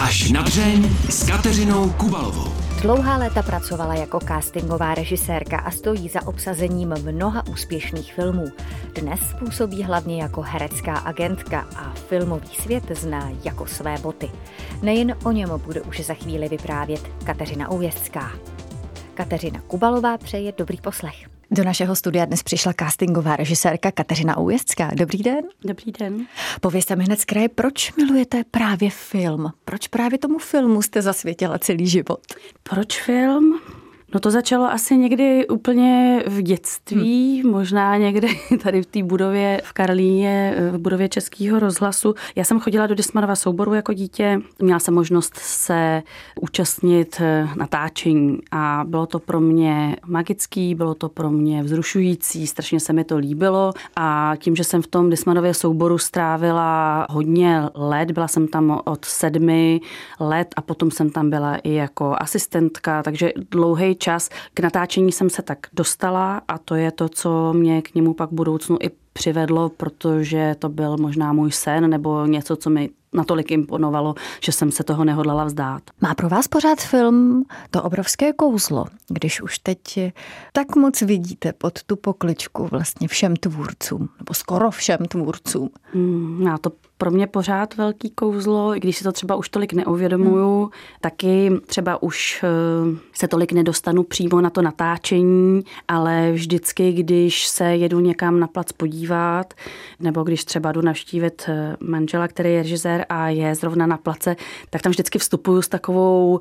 Až na dřeň s Kateřinou Kubalovou. Dlouhá léta pracovala jako castingová režisérka a stojí za obsazením mnoha úspěšných filmů. Dnes působí hlavně jako herecká agentka a filmový svět zná jako své boty. Nejen o něm bude už za chvíli vyprávět Kateřina Oujezdská. Kateřina Kubalová přeje dobrý poslech. Do našeho studia dnes přišla castingová režisérka Kateřina Oujezdská. Dobrý den. Dobrý den. Povězte mi hned z kraje, proč milujete právě film? Proč právě tomu filmu jste zasvětila celý život? Proč film? No to začalo asi někdy úplně v dětství, možná někde tady v té budově v Karlíně, v budově Českého rozhlasu. Já jsem chodila do Discmanova souboru jako dítě, měla jsem možnost se účastnit natáčení a bylo to pro mě magický, bylo to pro mě vzrušující, strašně se mi to líbilo a tím, že jsem v tom Discmanově souboru strávila hodně let, byla jsem tam od 7 let a potom jsem tam byla i jako asistentka, takže dlouhý čas k natáčení jsem se tak dostala a to je to, co mě k němu pak v budoucnu i přivedlo, protože to byl možná můj sen nebo něco, co mi natolik imponovalo, že jsem se toho nehodlala vzdát. Má pro vás pořád film to obrovské kouzlo, když už teď tak moc vidíte pod tu pokličku vlastně všem tvůrcům, nebo skoro všem tvůrcům? Má to pro mě pořád velký kouzlo, i když si to třeba už tolik neuvědomuju, taky třeba už se tolik nedostanu přímo na to natáčení, ale vždycky, když se jedu někam na plac podívat, nebo když třeba jdu navštívit manžela, který je režisér a je zrovna na place, tak tam vždycky vstupuju s takovou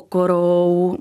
pokorou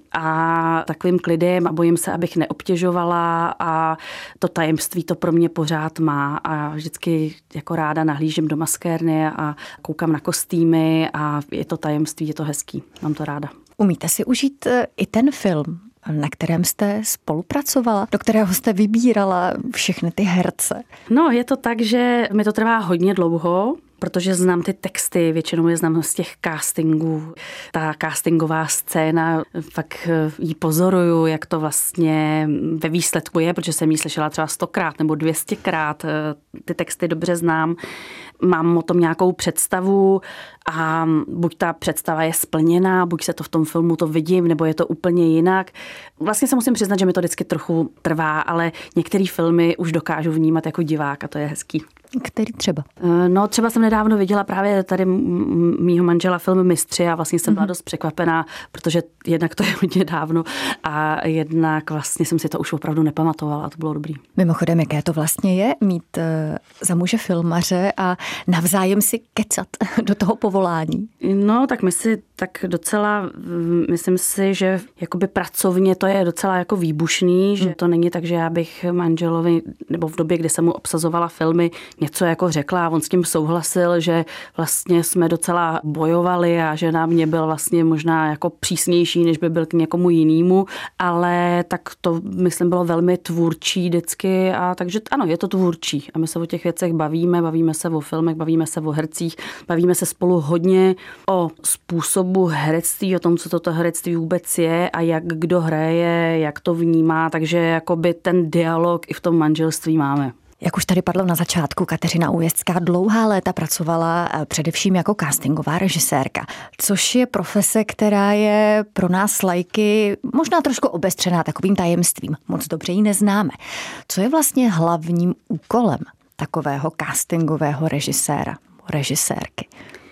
a takovým klidem a bojím se, abych neobtěžovala a to tajemství to pro mě pořád má a vždycky jako ráda nahlížím do maskérny a koukám na kostýmy a je to tajemství, je to hezký, mám to ráda. Umíte si užít i ten film, na kterém jste spolupracovala, do kterého jste vybírala všechny ty herce? No, je to tak, že mi to trvá hodně dlouho, protože znám ty texty, většinou je znám z těch castingů. Ta castingová scéna, fakt ji pozoruju, jak to vlastně ve výsledku je, protože jsem ji slyšela třeba 100krát nebo 200krát. Ty texty dobře znám, mám o tom nějakou představu a buď ta představa je splněná, buď se to v tom filmu to vidím, nebo je to úplně jinak. Vlastně se musím přiznat, že mi to vždycky trochu trvá, ale některé filmy už dokážu vnímat jako divák a to je hezký. Který třeba? No třeba jsem nedávno viděla právě tady mýho manžela film Mistři a vlastně jsem byla dost překvapená, protože jednak to je hodně dávno a jednak vlastně jsem si to už opravdu nepamatovala a to bylo dobrý. Mimochodem, jaké to vlastně je mít za muže filmaře a navzájem si kecat do toho povolání? No tak my si tak docela, myslím si, že jakoby pracovně to je docela jako výbušný, že to není tak, že já bych manželovi, nebo v době, kdy jsem mu obsazovala filmy, něco jako řekla a on s tím souhlasil, že vlastně jsme docela bojovali a že na mě byl vlastně možná jako přísnější, než by byl k někomu jinému, ale tak to, myslím, bylo velmi tvůrčí vždycky a takže ano, je to tvůrčí a my se o těch věcech bavíme se o filmech, bavíme se o hercích, bavíme se spolu hodně o způsobu herectví, o tom, co toto herectví vůbec je a jak kdo hraje, jak to vnímá, takže jakoby ten dialog i v tom manželství máme. Jak už tady padlo na začátku, Kateřina Oujezdská dlouhá léta pracovala především jako castingová režisérka, což je profese, která je pro nás laiky možná trošku obestřená takovým tajemstvím. Moc dobře ji neznáme. Co je vlastně hlavním úkolem takového castingového režiséra, režisérky?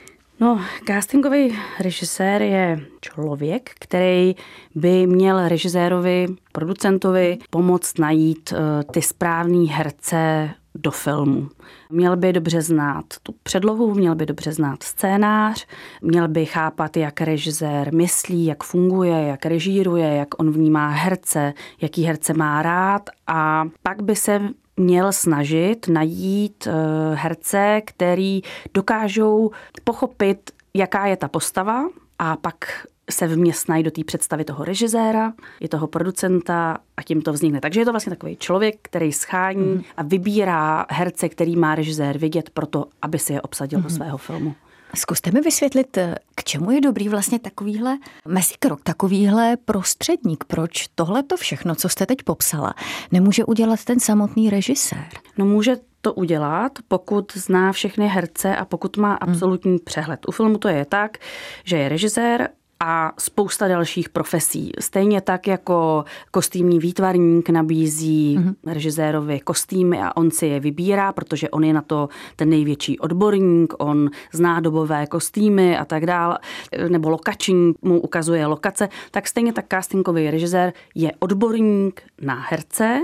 No, castingový režisér je člověk, který by měl režisérovi, producentovi pomoct najít ty správný herce do filmu. Měl by dobře znát tu předlohu, měl by dobře znát scénář, měl by chápat, jak režisér myslí, jak funguje, jak režíruje, jak on vnímá herce, jaký herce má rád a pak by se měl snažit najít herce, který dokážou pochopit, jaká je ta postava a pak se vměstnají do té představy toho režiséra, i toho producenta a tím to vznikne. Takže je to vlastně takový člověk, který schání a vybírá herce, který má režisér vidět proto, aby si je obsadil do svého filmu. Zkuste mi vysvětlit, k čemu je dobrý vlastně takovýhle mezikrok, takovýhle prostředník, proč tohleto všechno, co jste teď popsala, nemůže udělat ten samotný režisér? No může to udělat, pokud zná všechny herce a pokud má absolutní přehled. U filmu to je tak, že je režisér a spousta dalších profesí. Stejně tak jako kostýmní výtvarník nabízí režisérovi kostýmy a on si je vybírá, protože on je na to ten největší odborník, on zná dobové kostýmy a tak dále, nebo lokační mu ukazuje lokace, tak stejně tak castingový režisér je odborník na herce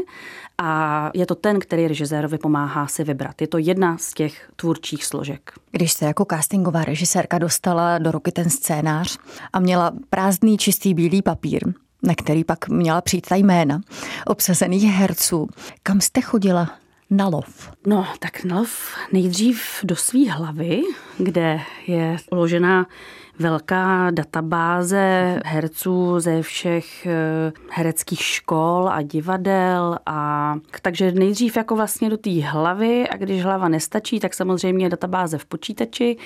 a je to ten, který režisérovi pomáhá si vybrat. Je to jedna z těch tvůrčích složek. Když se jako castingová režisérka dostala do ruky ten scénář a měla prázdný čistý bílý papír, na který pak měla přijít ta jména obsazených herců, kam jste chodila na lov? No, tak na lov nejdřív do svý hlavy, kde je uložená velká databáze herců ze všech hereckých škol a divadel. Takže nejdřív jako vlastně do té hlavy a když hlava nestačí, tak samozřejmě databáze v počítači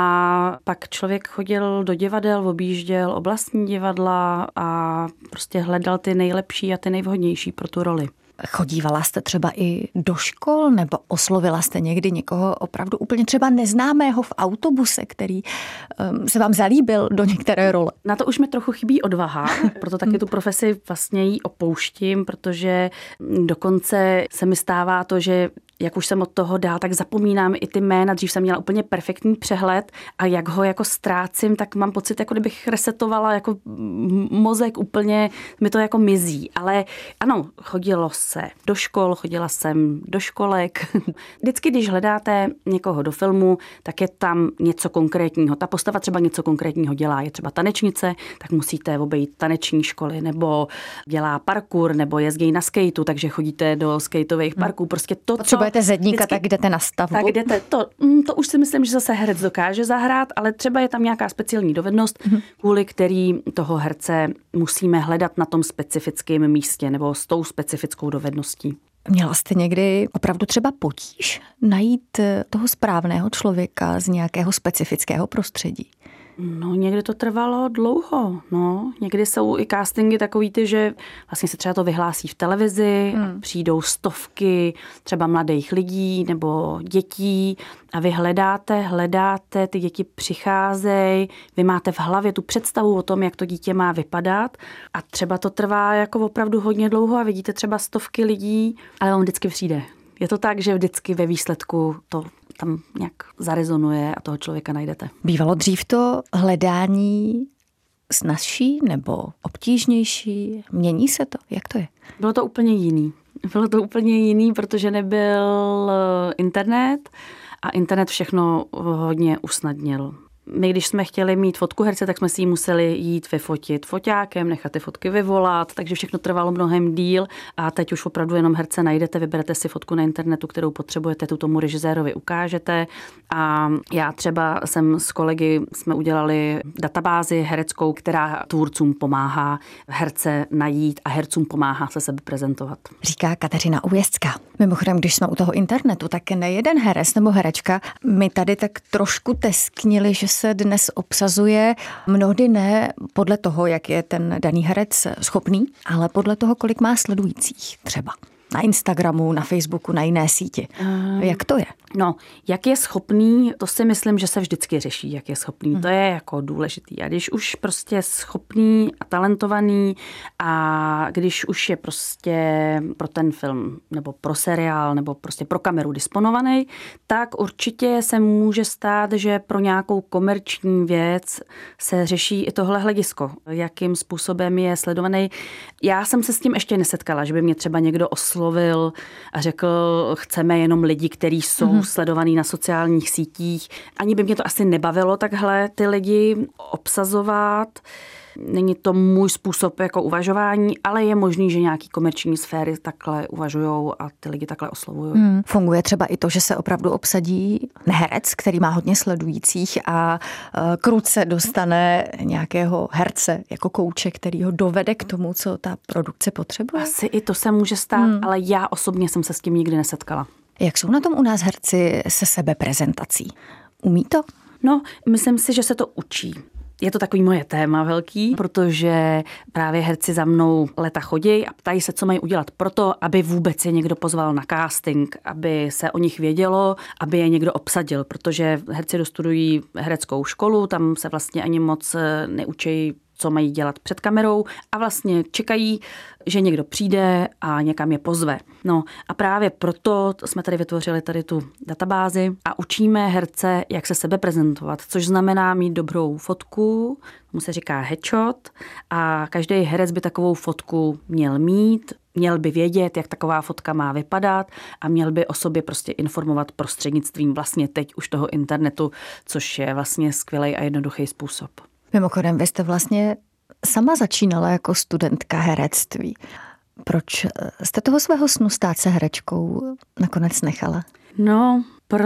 a pak člověk chodil do divadel, objížděl oblastní divadla a prostě hledal ty nejlepší a ty nejvhodnější pro tu roli. Chodívala jste třeba i do škol nebo oslovila jste někdy někoho opravdu úplně třeba neznámého v autobuse, který se vám zalíbil do některé role? Na to už mi trochu chybí odvaha, proto taky tu profesi vlastně jí opouštím, protože dokonce se mi stává to, že jak už jsem od toho dál, tak zapomínám i ty jména. Dřív jsem měla úplně perfektní přehled a jak ho jako ztrácím, tak mám pocit, jako kdybych resetovala jako mozek úplně, mi to jako mizí. Ale ano, chodilo se do škol, chodila jsem do školek. Vždycky, když hledáte někoho do filmu, tak je tam něco konkrétního. Ta postava třeba něco konkrétního dělá. Je třeba tanečnice, tak musíte obejít taneční školy, nebo dělá parkour, nebo jezdí na skateu, takže chodíte do skateových parků. Prostě to, potřebujete zedníka, tak jdete na stavbu. Tak jdete, to už si myslím, že zase herec dokáže zahrát, ale třeba je tam nějaká speciální dovednost, kvůli který toho herce musíme hledat na tom specifickém místě nebo s tou specifickou dovedností. Měla jste někdy opravdu třeba potíž najít toho správného člověka z nějakého specifického prostředí? No, někdy to trvalo dlouho, no. Někdy jsou i castingy takový ty, že vlastně se třeba to vyhlásí v televizi, přijdou stovky třeba mladých lidí nebo dětí a vy hledáte, ty děti přicházejí, vy máte v hlavě tu představu o tom, jak to dítě má vypadat a třeba to trvá jako opravdu hodně dlouho a vidíte třeba stovky lidí, ale on vždycky přijde. Je to tak, že vždycky ve výsledku to tam nějak zarezonuje a toho člověka najdete. Bývalo dřív to hledání snazší nebo obtížnější? Mění se to? Jak to je? Bylo to úplně jiný, protože nebyl internet a internet všechno hodně usnadnil. My, když jsme chtěli mít fotku herce, tak jsme si ji museli jít vyfotit foťákem, nechat ty fotky vyvolat, takže všechno trvalo mnohem díl a teď už opravdu jenom herce najdete, vyberete si fotku na internetu, kterou potřebujete, tu tomu režisérovi ukážete a já třeba jsem s kolegy, jsme udělali databázi hereckou, která tvůrcům pomáhá herce najít a hercům pomáhá se sebe prezentovat. Říká Kateřina Ujezdská. Mimochodem, když jsme u toho internetu, tak nejeden herec nebo herečka mi tady tak trošku tesknili, že se dnes obsazuje mnohdy ne podle toho, jak je ten daný herec schopný, ale podle toho, kolik má sledujících třeba. Na Instagramu, na Facebooku, na jiné síti. Jak to je? No, jak je schopný, to si myslím, že se vždycky řeší, jak je schopný. To je jako důležitý. A když už prostě schopný a talentovaný a když už je prostě pro ten film nebo pro seriál nebo prostě pro kameru disponovaný, tak určitě se může stát, že pro nějakou komerční věc se řeší i tohle hledisko. Jakým způsobem je sledovaný. Já jsem se s tím ještě nesetkala, že by mě třeba někdo oslovil a řekl, chceme jenom lidi, kteří jsou sledovaný na sociálních sítích. Ani by mě to asi nebavilo takhle ty lidi obsazovat. Není to můj způsob jako uvažování, ale je možný, že nějaký komerční sféry takhle uvažujou a ty lidi takhle oslovují. Funguje třeba i to, že se opravdu obsadí herec, který má hodně sledujících a krutce dostane nějakého herce jako kouče, který ho dovede k tomu, co ta produkce potřebuje? Asi i to se může stát, ale já osobně jsem se s tím nikdy nesetkala. Jak jsou na tom u nás herci se sebeprezentací? Umí to? No, myslím si, že se to učí. Je to takový moje téma velký, protože právě herci za mnou leta chodí a ptají se, co mají udělat proto, aby vůbec je někdo pozval na casting, aby se o nich vědělo, aby je někdo obsadil, protože herci dostudují hereckou školu, tam se vlastně ani moc neučí, co mají dělat před kamerou a vlastně čekají, že někdo přijde a někam je pozve. No a právě proto jsme tady vytvořili tady tu databázi a učíme herce, jak se sebe prezentovat, což znamená mít dobrou fotku, tomu se říká headshot a každý herec by takovou fotku měl mít, měl by vědět, jak taková fotka má vypadat a měl by o sobě prostě informovat prostřednictvím vlastně teď už toho internetu, což je vlastně skvělý a jednoduchý způsob. Mimochodem, vy jste vlastně sama začínala jako studentka herectví. Proč jste toho svého snu stát se herečkou nakonec nechala? No,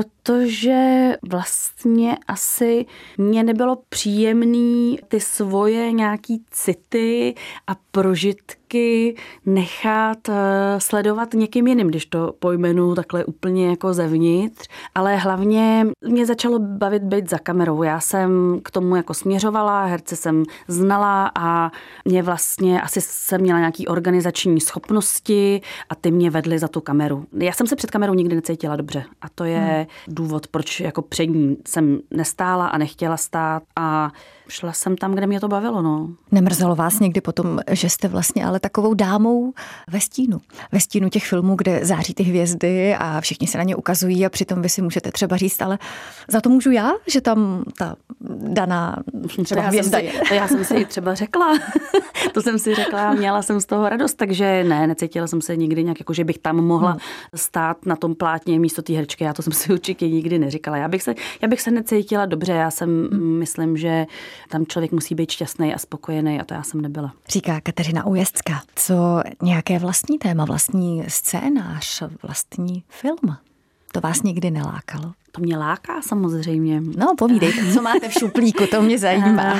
protože vlastně asi mně nebylo příjemný ty svoje nějaký city a prožitky nechat sledovat někým jiným, když to pojmenu takhle úplně jako zevnitř, ale hlavně mě začalo bavit být za kamerou. Já jsem k tomu jako směřovala, herce jsem znala a mě vlastně asi jsem měla nějaký organizační schopnosti a ty mě vedly za tu kameru. Já jsem se před kamerou nikdy necítila dobře a to je důvod, proč jako před ní jsem nestála a nechtěla stát a šla jsem tam, kde mě to bavilo. No. Nemrzelo vás někdy potom, že jste vlastně ale takovou dámou ve stínu? Ve stínu těch filmů, kde září ty hvězdy a všichni se na ně ukazují a přitom vy si můžete třeba říct, ale za to můžu já, že tam ta daná třeba hvězda je. To já jsem si ji třeba řekla. To jsem si řekla, měla jsem z toho radost, takže ne, necítila jsem se nikdy nějak, jako že bych tam mohla stát na tom plátně místo té herečky. Já to jsem si určitě nikdy neříkala. Já bych se necítila dobře. Já jsem myslím, že tam člověk musí být šťastný a spokojený a to já jsem nebyla. Říká Kateřina Ujezdská. Co nějaké vlastní téma, vlastní scénář, vlastní film? To vás nikdy nelákalo? To mě láká samozřejmě. No, povídejte, co máte v šuplíku, to mě zajímá.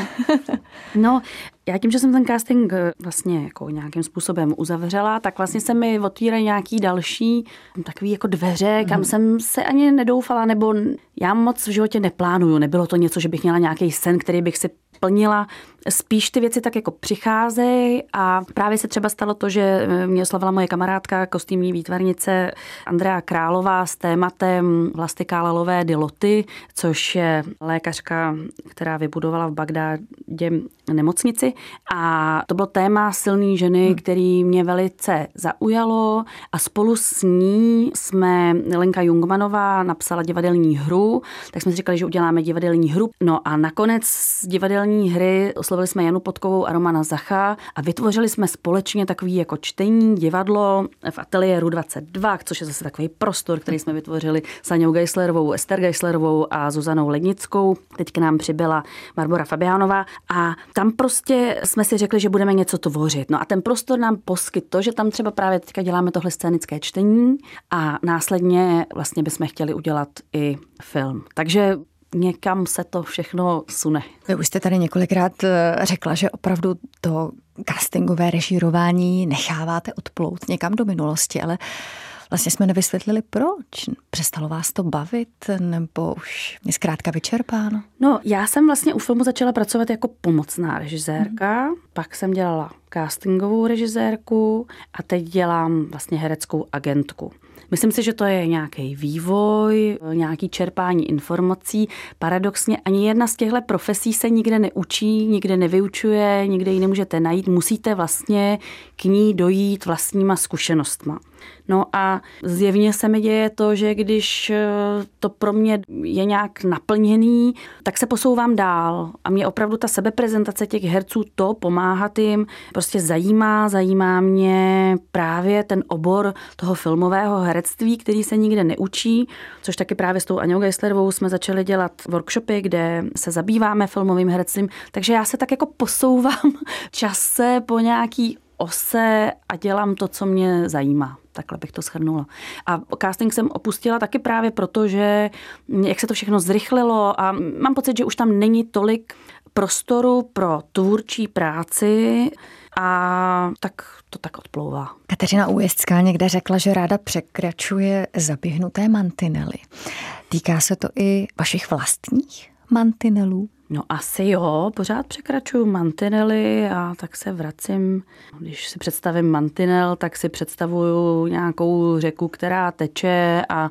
No, já tím, že jsem ten casting vlastně jako nějakým způsobem uzavřela, tak vlastně se mi otvírají nějaký další takový jako dveře, kam jsem se ani nedoufala, nebo já moc v životě neplánuju. Nebylo to něco, že bych měla nějaký sen, který bych si plnila. Spíš ty věci tak jako přicházejí a právě se třeba stalo to, že mě oslavila moje kamarádka, kostýmní výtvarnice Andrea Králová s tématem Vlasty Kálalové Diloty, což je lékařka, která vybudovala v Bagdádě nemocnici a to bylo téma silné ženy, který mě velice zaujalo a spolu s ní jsme, Lenka Jungmanová napsala divadelní hru, tak jsme si říkali, že uděláme divadelní hru. No a nakonec z divadelní hry oslovili jsme Janu Potkovou a Romana Zacha a vytvořili jsme společně takový jako čtení, divadlo v ateliéru 22, což je zase takový prostor, který jsme vytvořili s Aňou Geislerovou, Ester Geislerovou a Zuzanou Lednickou. Teď k nám přibyla Barbora Fabiánová a tam prostě jsme si řekli, že budeme něco tvořit. No a ten prostor nám poskytl to, že tam třeba právě teďka děláme tohle scénické čtení a následně vlastně bychom chtěli udělat i film. Takže někam se to všechno sune. Vy už jste tady několikrát řekla, že opravdu to castingové režírování necháváte odplout někam do minulosti, ale vlastně jsme nevysvětlili proč. Přestalo vás to bavit nebo už je zkrátka vyčerpáno? No, já jsem vlastně u filmu začala pracovat jako pomocná režisérka, pak jsem dělala castingovou režisérku a teď dělám vlastně hereckou agentku. Myslím si, že to je nějaký vývoj, nějaký čerpání informací. Paradoxně ani jedna z těchto profesí se nikde neučí, nikde nevyučuje, nikde ji nemůžete najít. Musíte vlastně k ní dojít vlastníma zkušenostma. No a zjevně se mi děje to, že když to pro mě je nějak naplněný, tak se posouvám dál. A mě opravdu ta sebeprezentace těch herců, to pomáhat jim, prostě zajímá mě právě ten obor toho filmového herectví, který se nikde neučí, což taky právě s tou Aňou Geislerovou jsme začali dělat workshopy, kde se zabýváme filmovým herectvím, takže já se tak jako posouvám čase po nějaký ose a dělám to, co mě zajímá. Takhle bych to shrnula. A casting jsem opustila taky právě proto, že jak se to všechno zrychlilo a mám pocit, že už tam není tolik prostoru pro tvůrčí práci a tak to tak odplouvá. Kateřina Ujezdská někde řekla, že ráda překračuje zaběhnuté mantinely. Týká se to i vašich vlastních mantinelů? No asi jo, pořád překračuju mantinely a tak se vracím. Když si představím mantinel, tak si představuju nějakou řeku, která teče a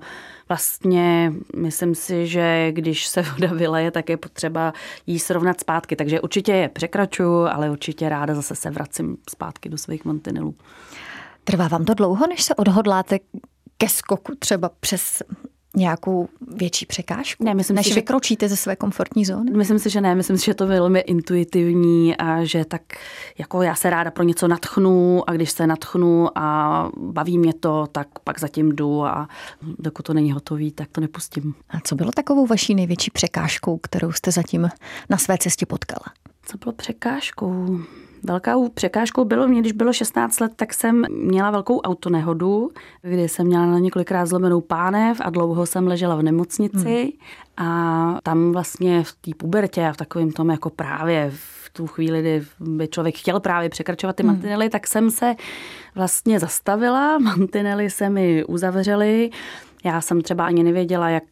vlastně myslím si, že když se voda vyleje, tak je potřeba jí srovnat zpátky. Takže určitě je překračuju, ale určitě ráda zase se vracím zpátky do svých mantinelů. Trvá vám to dlouho, než se odhodláte ke skoku třeba přes nějakou větší překážku, ne, myslím než si, vykročíte ze své komfortní zóny? Myslím si, že ne. Myslím si, že to je velmi intuitivní a že tak jako já se ráda pro něco nadchnu a když se nadchnu a baví mě to, tak pak zatím jdu a dokud to není hotový, tak to nepustím. A co bylo takovou vaší největší překážkou, kterou jste zatím na své cestě potkala? Co bylo překážkou? Velkou překážkou bylo mě, když bylo 16 let, tak jsem měla velkou autonehodu, kdy jsem měla na několikrát zlomenou pánev a dlouho jsem ležela v nemocnici a tam vlastně v té pubertě a v takovém tom jako právě v tu chvíli, kdy by člověk chtěl právě překračovat ty mantinely, tak jsem se vlastně zastavila, mantinely se mi uzavřely, já jsem třeba ani nevěděla, jak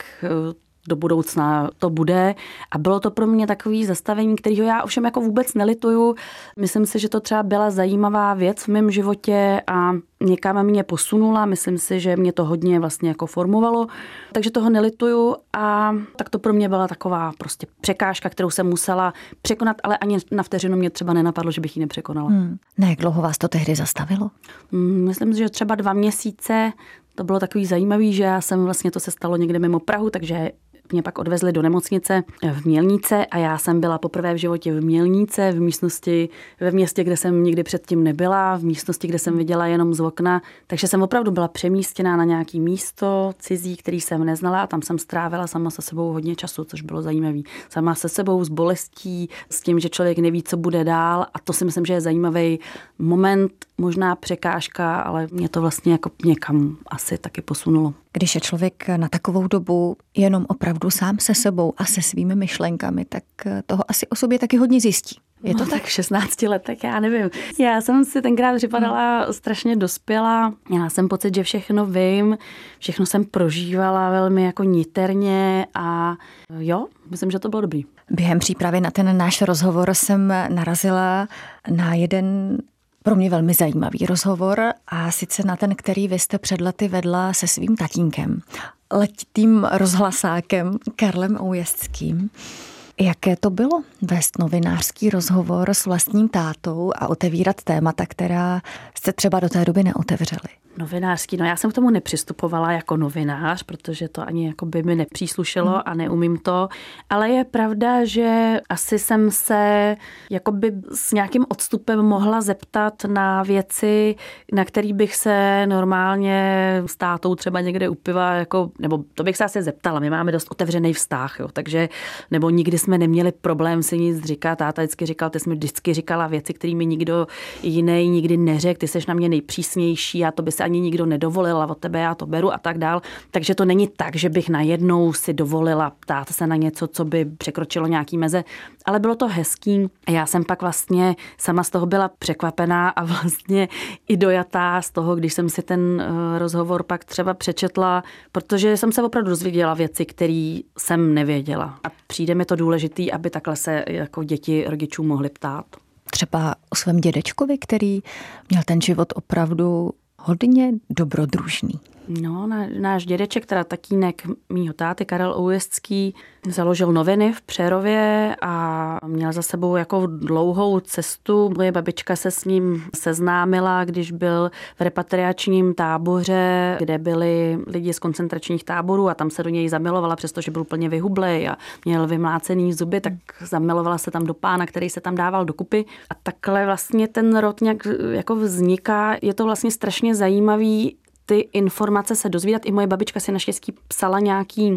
do budoucna to bude. A bylo to pro mě takový zastavení, kterého já ovšem jako vůbec nelituju. Myslím si, že to třeba byla zajímavá věc v mém životě a někam mě posunula. Myslím si, že mě to hodně vlastně jako formovalo. Takže toho nelituju a tak to pro mě byla taková prostě překážka, kterou jsem musela překonat, ale ani na vteřinu mě třeba nenapadlo, že bych ji nepřekonala. Ne, jak dlouho vás to tehdy zastavilo? Myslím si, že třeba 2 měsíce. To bylo takový zajímavý, že já jsem vlastně, to se stalo někde mimo Prahu, takže mě pak odvezli do nemocnice v Mělnice a já jsem byla poprvé v životě v Mělnice, v místnosti, ve městě, kde jsem nikdy předtím nebyla, v místnosti, kde jsem viděla jenom z okna. Takže jsem opravdu byla přemístěná na nějaké místo cizí, který jsem neznala a tam jsem strávila sama se sebou hodně času, což bylo zajímavé. Sama se sebou, s bolestí, s tím, že člověk neví, co bude dál a to si myslím, že je zajímavý moment, možná překážka, ale mě to vlastně jako někam asi taky posunulo. Když je člověk na takovou dobu jenom opravdu sám se sebou a se svými myšlenkami, tak toho asi o sobě taky hodně zjistí. Je to tak? V 16 letech, já nevím. Já jsem si tenkrát připadala strašně dospělá. Měla jsem pocit, že všechno vím, všechno jsem prožívala velmi jako niterně a jo, myslím, že to bylo dobrý. Během přípravy na ten náš rozhovor jsem narazila na jeden pro mě velmi zajímavý rozhovor a sice na ten, který vy jste před lety vedla se svým tatínkem, letitým rozhlasákem Karlem Oujezckým. Jaké to bylo vést novinářský rozhovor s vlastním tátou a otevírat témata, která jste třeba do té doby neotevřeli? Novinářský, no já jsem k tomu nepřistupovala jako novinář, protože to ani jako by mi nepříslušelo a neumím to, ale je pravda, že asi jsem se jakoby s nějakým odstupem mohla zeptat na věci, na který bych se normálně s tátou třeba někde u piva, jako, nebo to bych se asi zeptala, my máme dost otevřený vztah, jo, takže, nebo nikdy jsme neměli problém si nic říkat, táta vždycky říkal, ty jsi mi vždycky říkala věci, které mi nikdo jiný nikdy neřekl, ty jsi na mě nejpřísnější a to by se ani nikdo nedovolil a od tebe já to beru a tak dál. Takže to není tak, že bych najednou si dovolila ptát se na něco, co by překročilo nějaký meze, ale bylo to hezký. Já jsem pak vlastně sama z toho byla překvapená a vlastně i dojatá z toho, když jsem si ten rozhovor pak třeba přečetla, protože jsem se opravdu dozvěděla věci, které jsem nevěděla. A přijde mi to důležitý, aby takhle se jako děti rodičů mohly ptát. Třeba o svém dědečkovi, který měl ten život opravdu hodně dobrodružný. No, náš dědeček, teda tatínek mýho táty, Karel Oujezcký, založil noviny v Přerově a měl za sebou jako dlouhou cestu. Moje babička se s ním seznámila, když byl v repatriačním táboře, kde byli lidi z koncentračních táborů a tam se do něj zamilovala, přestože byl úplně vyhublej a měl vymlácený zuby, tak zamilovala se tam do pána, který se tam dával dokupy. A takhle vlastně ten rod nějak jako vzniká. Je to vlastně strašně zajímavý ty informace se dozvídat. I moje babička si naštěstí psala nějaký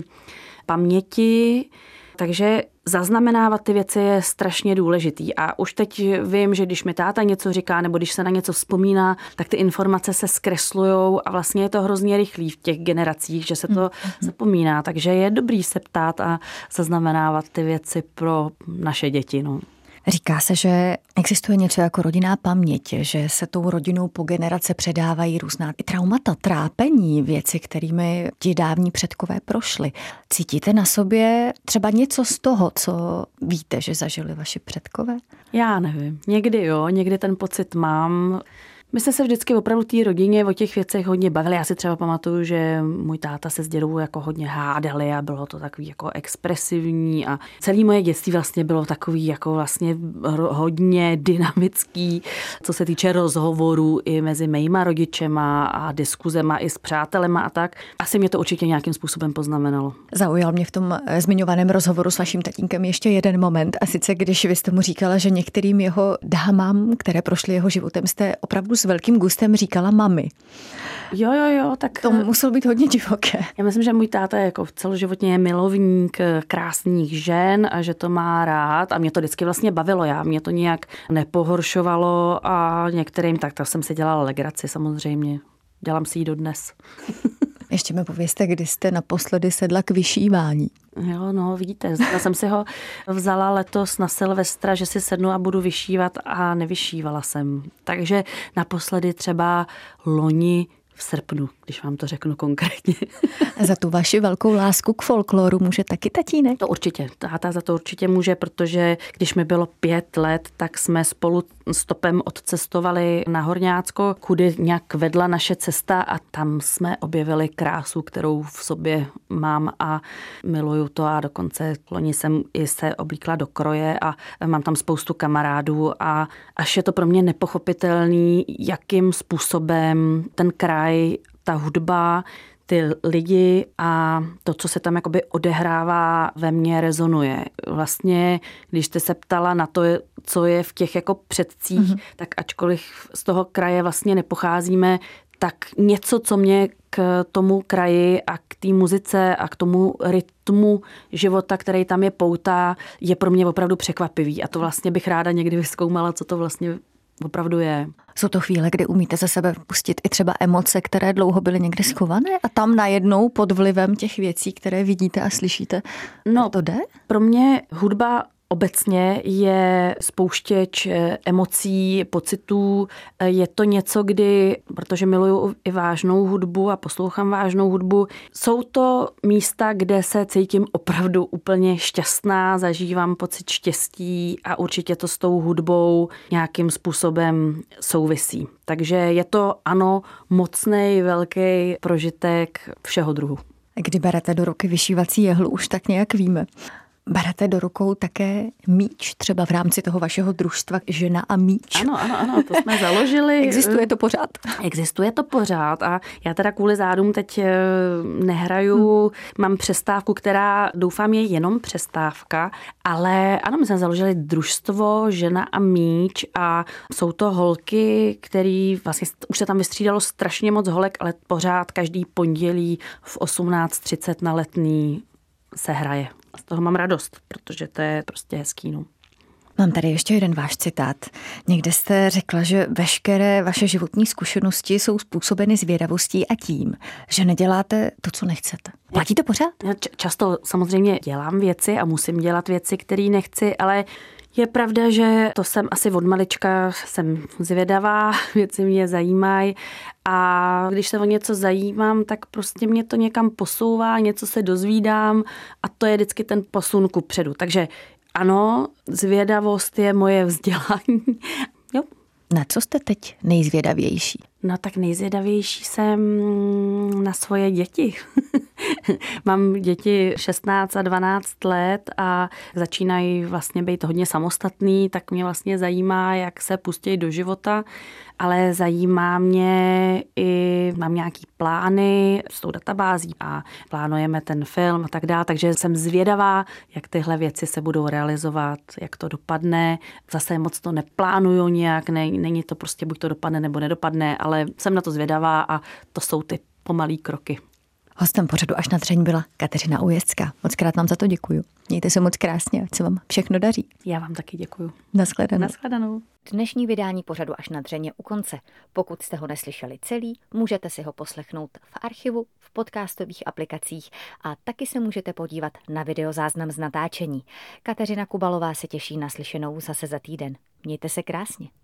paměti, takže zaznamenávat ty věci je strašně důležitý. A už teď vím, že když mi táta něco říká, nebo když se na něco vzpomíná, tak ty informace se zkreslujou a vlastně je to hrozně rychlý v těch generacích, že se to zapomíná. Takže je dobrý se ptát a zaznamenávat ty věci pro naše děti. No. Říká se, že existuje něco jako rodinná paměť, že se tou rodinou po generace předávají různá i traumata, trápení, věci, kterými ti dávní předkové prošli. Cítíte na sobě třeba něco z toho, co víte, že zažili vaši předkové? Já nevím. Někdy jo, někdy ten pocit mám. My jsme se vždycky opravdu té rodině o těch věcech hodně bavili. Já si třeba pamatuju, že můj táta se s dědou jako hodně hádali a bylo to takový jako expresivní a celé moje dětství vlastně bylo takový jako vlastně hodně dynamický, co se týče rozhovorů i mezi mýma rodičema a diskuzema i s přátelema a tak. Asi mě to určitě nějakým způsobem poznamenalo. Zaujal mě v tom zmiňovaném rozhovoru s vaším tatínkem ještě jeden moment, a sice když vy jste mu říkala, že některým jeho dámám, které prošly jeho životem, jste opravdu s velkým gustem říkala mami. Jo, tak to muselo být hodně divoké. Já myslím, že můj táta jako celoživotně je milovník krásných žen a že to má rád a mě to vždycky vlastně bavilo. Mě to nijak nepohoršovalo a některým tak jsem si dělala legraci samozřejmě. Dělám si ji dodnes. Ještě mi povězte, kdy jste naposledy sedla k vyšívání. Jo, no vidíte, já jsem si ho vzala letos na Silvestra, že si sednu a budu vyšívat a nevyšívala jsem. Takže naposledy třeba loni v srpnu, když vám to řeknu konkrétně. Za tu vaši velkou lásku k folkloru může taky tatínek? To určitě. Táta za to určitě může, protože když mi bylo 5 let, tak jsme spolu s Topem odcestovali na Horňácko, kudy nějak vedla naše cesta a tam jsme objevili krásu, kterou v sobě mám a miluju to a dokonce loni jsem i se oblíkla do kroje a mám tam spoustu kamarádů a až je to pro mě nepochopitelný, jakým způsobem ten kraj, ta hudba, ty lidi a to, co se tam jakoby odehrává, ve mně rezonuje. Vlastně, když jste se ptala na to, co je v těch jako předcích, tak ačkoliv z toho kraje vlastně nepocházíme, tak něco, co mě k tomu kraji a k té muzice a k tomu rytmu života, který tam je poutá, je pro mě opravdu překvapivý. A to vlastně bych ráda někdy vyzkoumala, co to vlastně opravdu je. Jsou to chvíle, kdy umíte ze sebe pustit i třeba emoce, které dlouho byly někde schované a tam najednou pod vlivem těch věcí, které vidíte a slyšíte, to jde? Pro mě hudba obecně je spouštěč emocí, pocitů. Je to něco, kdy, protože miluju i vážnou hudbu a poslouchám vážnou hudbu, jsou to místa, kde se cítím opravdu úplně šťastná, zažívám pocit štěstí a určitě to s tou hudbou nějakým způsobem souvisí. Takže je to, ano, mocnej, velký prožitek všeho druhu. Kdy berete do ruky vyšívací jehlu, už tak nějak víme. Berete do rukou také míč, třeba v rámci toho vašeho družstva Žena a míč? Ano, to jsme založili. Existuje to pořád? Existuje to pořád a já teda kvůli zádům teď nehraju. Mám přestávku, která doufám je jenom přestávka, ale ano, my jsme založili družstvo Žena a míč a jsou to holky, který vlastně už se tam vystřídalo strašně moc holek, ale pořád každý pondělí v 18:30 na Letný se hraje. A z toho mám radost, protože to je prostě hezký. No. Mám tady ještě jeden váš citát. Někde jste řekla, že veškeré vaše životní zkušenosti jsou způsobeny zvědavostí a tím, že neděláte to, co nechcete. Platí to pořád? Já často samozřejmě dělám věci a musím dělat věci, které nechci, ale je pravda, že to jsem asi od malička, jsem zvědavá, věci mě zajímají a když se o něco zajímám, tak prostě mě to někam posouvá, něco se dozvídám a to je vždycky ten posun kupředu. Takže ano, zvědavost je moje vzdělání. Jo. Na co jste teď nejzvědavější? No tak nejzvědavější jsem na svoje děti. Mám děti 16 a 12 let a začínají vlastně být hodně samostatný, tak mě vlastně zajímá, jak se pustí do života, ale zajímá mě i, mám nějaký plány s tou databází a plánujeme ten film a tak dále, takže jsem zvědavá, jak tyhle věci se budou realizovat, jak to dopadne. Zase moc to neplánuju nějak, není to prostě buď to dopadne nebo nedopadne, ale jsem na to zvědavá a to jsou ty pomalý kroky. Hostem pořadu Až na dřeň byla Kateřina Ujezdská. Mockrát vám za to děkuju. Mějte se moc krásně, ať se vám všechno daří. Já vám taky děkuju. Nashledanou. Dnešní vydání pořadu Až na dřeň je u konce. Pokud jste ho neslyšeli celý, můžete si ho poslechnout v archivu, v podcastových aplikacích a taky se můžete podívat na videozáznam z natáčení. Kateřina Kubalová se těší na slyšenou zase za týden. Mějte se krásně.